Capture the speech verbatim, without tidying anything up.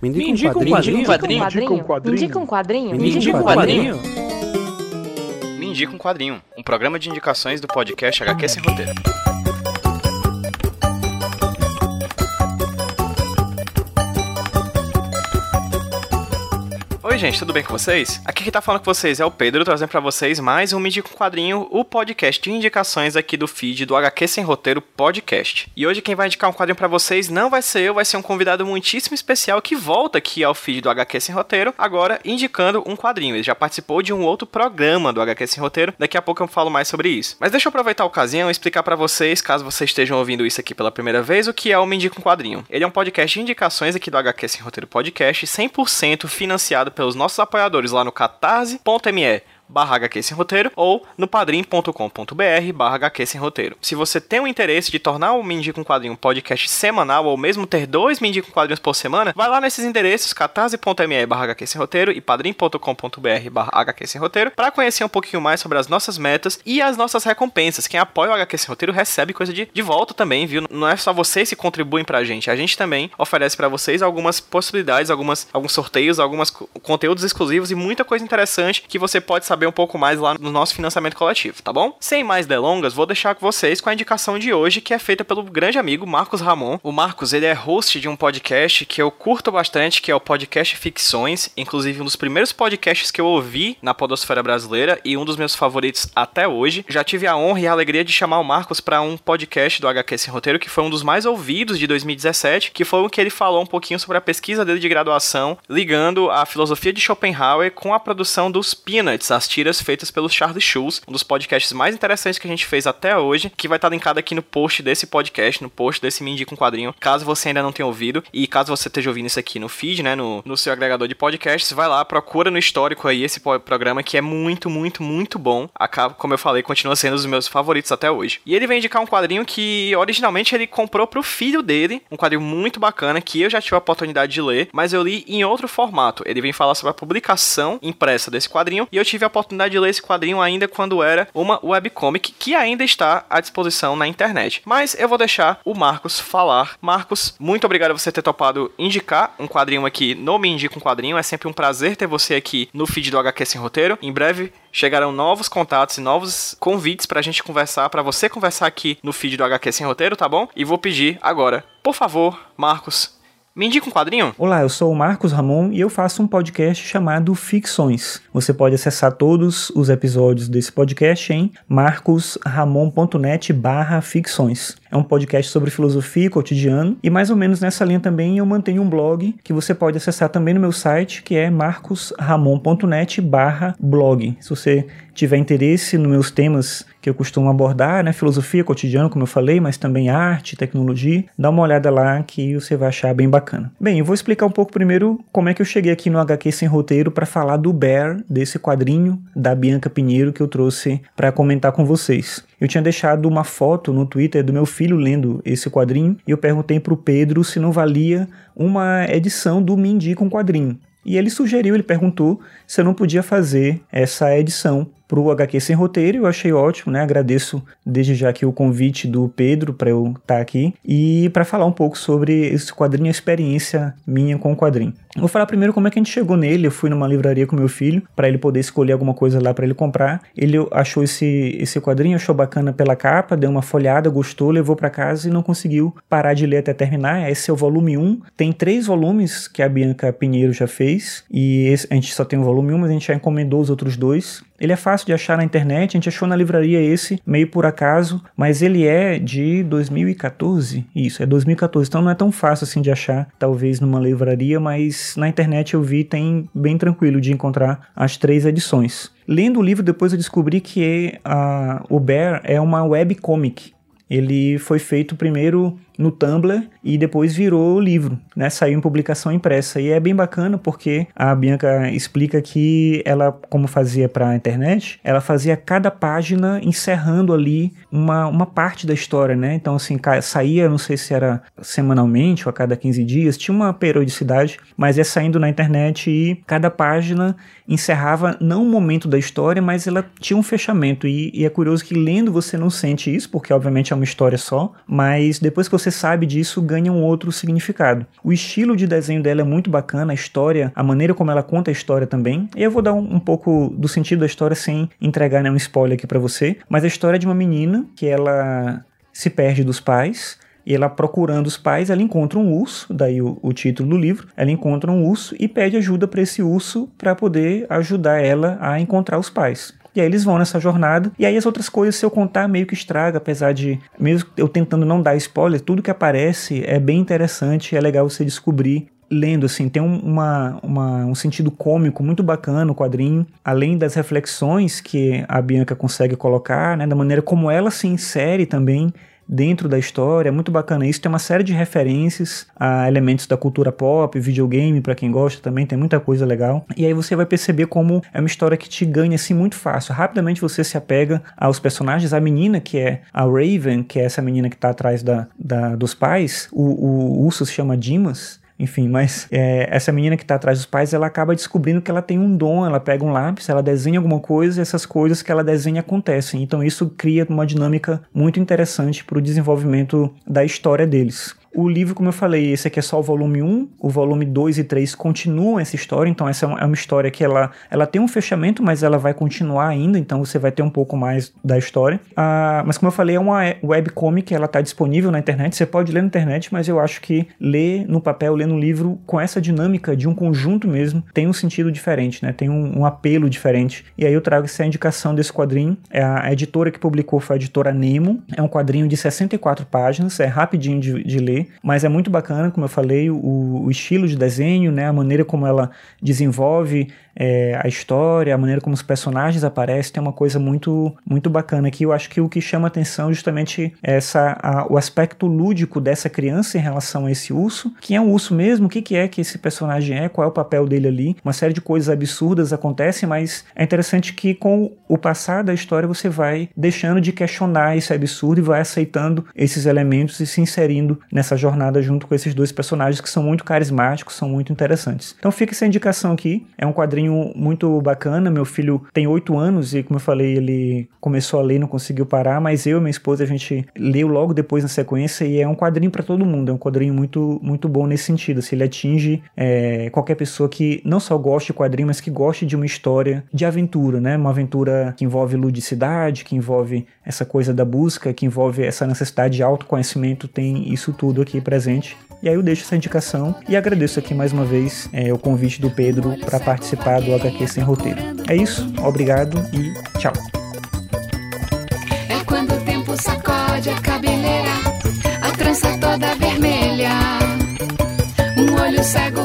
Me indica um quadrinho. Me indica um quadrinho. Me indica um quadrinho. Me indica um quadrinho. Me indica um quadrinho. Um programa de indicações do podcast agá quê Sem Roteiro. Oi gente, tudo bem com vocês? Aqui quem tá falando com vocês é o Pedro, trazendo pra vocês mais um Me Indica um Quadrinho, o podcast de indicações aqui do feed do agá quê Sem Roteiro Podcast. E hoje quem vai indicar um quadrinho pra vocês não vai ser eu, vai ser um convidado muitíssimo especial que volta aqui ao feed do agá quê Sem Roteiro, agora indicando um quadrinho. Ele já participou de um outro programa do agá quê Sem Roteiro, daqui a pouco eu falo mais sobre isso. Mas deixa eu aproveitar a ocasião e explicar pra vocês, caso vocês estejam ouvindo isso aqui pela primeira vez, o que é o Me Indica um Quadrinho. Ele é um podcast de indicações aqui do agá quê Sem Roteiro Podcast, cem por cento financiado pelo os nossos apoiadores lá no catarse ponto me barra agá quê Sem Roteiro ou no padrim ponto com ponto br barra agá quê Sem Roteiro. Se você tem o interesse de tornar o Me Indica um Quadrinho um podcast semanal ou mesmo ter dois Me Indica um Quadrinhos por semana, vai lá nesses endereços catarse ponto me barra agá quê Sem Roteiro e padrim ponto com ponto br barra agá quê Sem Roteiro para conhecer um pouquinho mais sobre as nossas metas e as nossas recompensas. Quem apoia o agá quê Sem Roteiro recebe coisa de, de volta também, viu? Não é só vocês que contribuem pra gente, a gente também oferece pra vocês algumas possibilidades, algumas, alguns sorteios, alguns conteúdos exclusivos e muita coisa interessante que você pode saber um pouco mais lá no nosso financiamento coletivo, tá bom? Sem mais delongas, vou deixar com vocês com a indicação de hoje, que é feita pelo grande amigo Marcos Ramon. O Marcos, ele é host de um podcast que eu curto bastante, que é o podcast Ficções, inclusive um dos primeiros podcasts que eu ouvi na podosfera brasileira e um dos meus favoritos até hoje. Já tive a honra e a alegria de chamar o Marcos para um podcast do agá quê Sem Roteiro, que foi um dos mais ouvidos de dois mil e dezessete, que foi o que ele falou um pouquinho sobre a pesquisa dele de graduação, ligando a filosofia de Schopenhauer com a produção dos Peanuts, as tiras feitas pelo Charlie Schulz, um dos podcasts mais interessantes que a gente fez até hoje, que vai estar linkado aqui no post desse podcast, no post desse Me Indica um Quadrinho, caso você ainda não tenha ouvido, e caso você esteja ouvindo isso aqui no feed, né, no, no seu agregador de podcasts, vai lá, procura no histórico aí esse programa que é muito, muito, muito bom. Acaba, como eu falei, continua sendo um dos meus favoritos até hoje. E ele vem indicar um quadrinho que originalmente ele comprou pro filho dele, um quadrinho muito bacana, que eu já tive a oportunidade de ler, mas eu li em outro formato. Ele vem falar sobre a publicação impressa desse quadrinho, e eu tive a oportunidade de ler esse quadrinho ainda quando era uma webcomic que ainda está à disposição na internet. Mas eu vou deixar o Marcos falar. Marcos, muito obrigado por você ter topado indicar um quadrinho aqui no Me Indica um Quadrinho. É sempre um prazer ter você aqui no feed do agá quê Sem Roteiro. Em breve chegarão novos contatos e novos convites pra gente conversar, pra você conversar aqui no feed do agá quê Sem Roteiro, tá bom? E vou pedir agora, por favor, Marcos, me indica um quadrinho? Olá, eu sou o Marcos Ramon e eu faço um podcast chamado Ficções. Você pode acessar todos os episódios desse podcast em marcosramon.net barra ficções. É um podcast sobre filosofia e cotidiano e mais ou menos nessa linha também eu mantenho um blog que você pode acessar também no meu site, que é marcosramon.net barra blog. Se você tiver interesse nos meus temas que eu costumo abordar, né, filosofia, cotidiano, como eu falei, mas também arte, tecnologia, dá uma olhada lá que você vai achar bem bacana. Bem, eu vou explicar um pouco primeiro como é que eu cheguei aqui no agá quê Sem Roteiro para falar do Bear, desse quadrinho da Bianca Pinheiro que eu trouxe para comentar com vocês. Eu tinha deixado uma foto no Twitter do meu filho lendo esse quadrinho e eu perguntei pro Pedro se não valia uma edição do Me Indica um Quadrinho. E ele sugeriu, ele perguntou se eu não podia fazer essa edição para o agá quê Sem Roteiro. Eu achei ótimo, né? Agradeço desde já aqui o convite do Pedro para eu estar aqui e para falar um pouco sobre esse quadrinho, a experiência minha com o quadrinho. Vou falar primeiro como é que a gente chegou nele. Eu fui numa livraria com meu filho para ele poder escolher alguma coisa lá para ele comprar. Ele achou esse, esse quadrinho, achou bacana pela capa, deu uma folhada, gostou, levou para casa e não conseguiu parar de ler até terminar. Esse é o volume um. Tem três volumes que a Bianca Pinheiro já fez e esse, a gente só tem o volume um, mas a gente já encomendou os outros dois. Ele é fácil de achar na internet, a gente achou na livraria esse, meio por acaso, mas ele é de dois mil e catorze, isso, é dois mil e catorze, então não é tão fácil assim de achar, talvez numa livraria, mas na internet eu vi, tem bem tranquilo de encontrar as três edições. Lendo o livro, depois eu descobri que a, o Bear é uma webcomic. Ele foi feito primeiro no Tumblr e depois virou livro, né? Saiu em publicação impressa. E é bem bacana porque a Bianca explica que ela, como fazia para a internet, ela fazia cada página encerrando ali uma, uma parte da história, né? Então, assim, saía, não sei se era semanalmente ou a cada quinze dias, tinha uma periodicidade, mas ia saindo na internet e cada página encerrava não um momento da história, mas ela tinha um fechamento. E, e é curioso que lendo você não sente isso, porque obviamente é uma história só, mas depois que você você sabe disso, ganha um outro significado. O estilo de desenho dela é muito bacana, a história, a maneira como ela conta a história também. E eu vou dar um, um pouco do sentido da história sem entregar nenhum spoiler aqui pra você, mas a história é de uma menina que ela se perde dos pais, e ela procurando os pais, ela encontra um urso, daí o, o título do livro, ela encontra um urso e pede ajuda para esse urso para poder ajudar ela a encontrar os pais. E aí eles vão nessa jornada, e aí as outras coisas, se eu contar, meio que estraga, apesar de, mesmo eu tentando não dar spoiler, tudo que aparece é bem interessante, é legal você descobrir lendo, assim, tem um, uma, uma, um sentido cômico muito bacana no quadrinho, além das reflexões que a Bianca consegue colocar, né, da maneira como ela se insere também dentro da história, é muito bacana isso, tem uma série de referências a elementos da cultura pop, videogame, pra quem gosta também, tem muita coisa legal, e aí você vai perceber como é uma história que te ganha assim muito fácil, rapidamente você se apega aos personagens, a menina que é a Raven, que é essa menina que tá atrás da, da, dos pais, o, o urso se chama Dimas, enfim, mas é, essa menina que tá atrás dos pais, ela acaba descobrindo que ela tem um dom, ela pega um lápis, ela desenha alguma coisa e essas coisas que ela desenha acontecem. Então isso cria uma dinâmica muito interessante para o desenvolvimento da história deles. O livro, como eu falei, esse aqui é só o volume um, o volume dois e três continuam essa história, então essa é uma história que ela, ela tem um fechamento, mas ela vai continuar ainda, então você vai ter um pouco mais da história. Ah, mas como eu falei, é uma webcomic, ela está disponível na internet, você pode ler na internet, mas eu acho que ler no papel, ler no livro, com essa dinâmica de um conjunto mesmo, tem um sentido diferente, né? Tem um, um apelo diferente. E aí eu trago essa indicação desse quadrinho, é a, a editora que publicou foi a editora Nemo, é um quadrinho de sessenta e quatro páginas, é rapidinho de, de ler, mas é muito bacana, como eu falei, o, o estilo de desenho, né, a maneira como ela desenvolve é, a história, a maneira como os personagens aparecem, tem uma coisa muito, muito bacana aqui. Eu acho que o que chama atenção é justamente essa, a, o aspecto lúdico dessa criança em relação a esse urso. Quem é um urso mesmo? O que, que é que esse personagem é? Qual é o papel dele ali? Uma série de coisas absurdas acontecem, mas é interessante que com o passar da história você vai deixando de questionar esse absurdo e vai aceitando esses elementos e se inserindo nessa jornada junto com esses dois personagens que são muito carismáticos, são muito interessantes. Então fica essa indicação aqui, é um quadrinho muito bacana. Meu filho tem oito anos e, como eu falei, ele começou a ler, não conseguiu parar, mas eu e minha esposa, a gente leu logo depois na sequência e é um quadrinho para todo mundo, é um quadrinho muito, muito bom nesse sentido, assim, ele atinge é, qualquer pessoa que não só goste de quadrinho, mas que goste de uma história de aventura, né? Uma aventura que envolve ludicidade, que envolve essa coisa da busca, que envolve essa necessidade de autoconhecimento, tem isso tudo aqui presente. E aí eu deixo essa indicação e agradeço aqui mais uma vez é, o convite do Pedro para participar do H Q Sem Roteiro. É isso, obrigado e tchau. É quando o tempo sacode a cabeleira, a trança toda vermelha, um olho cego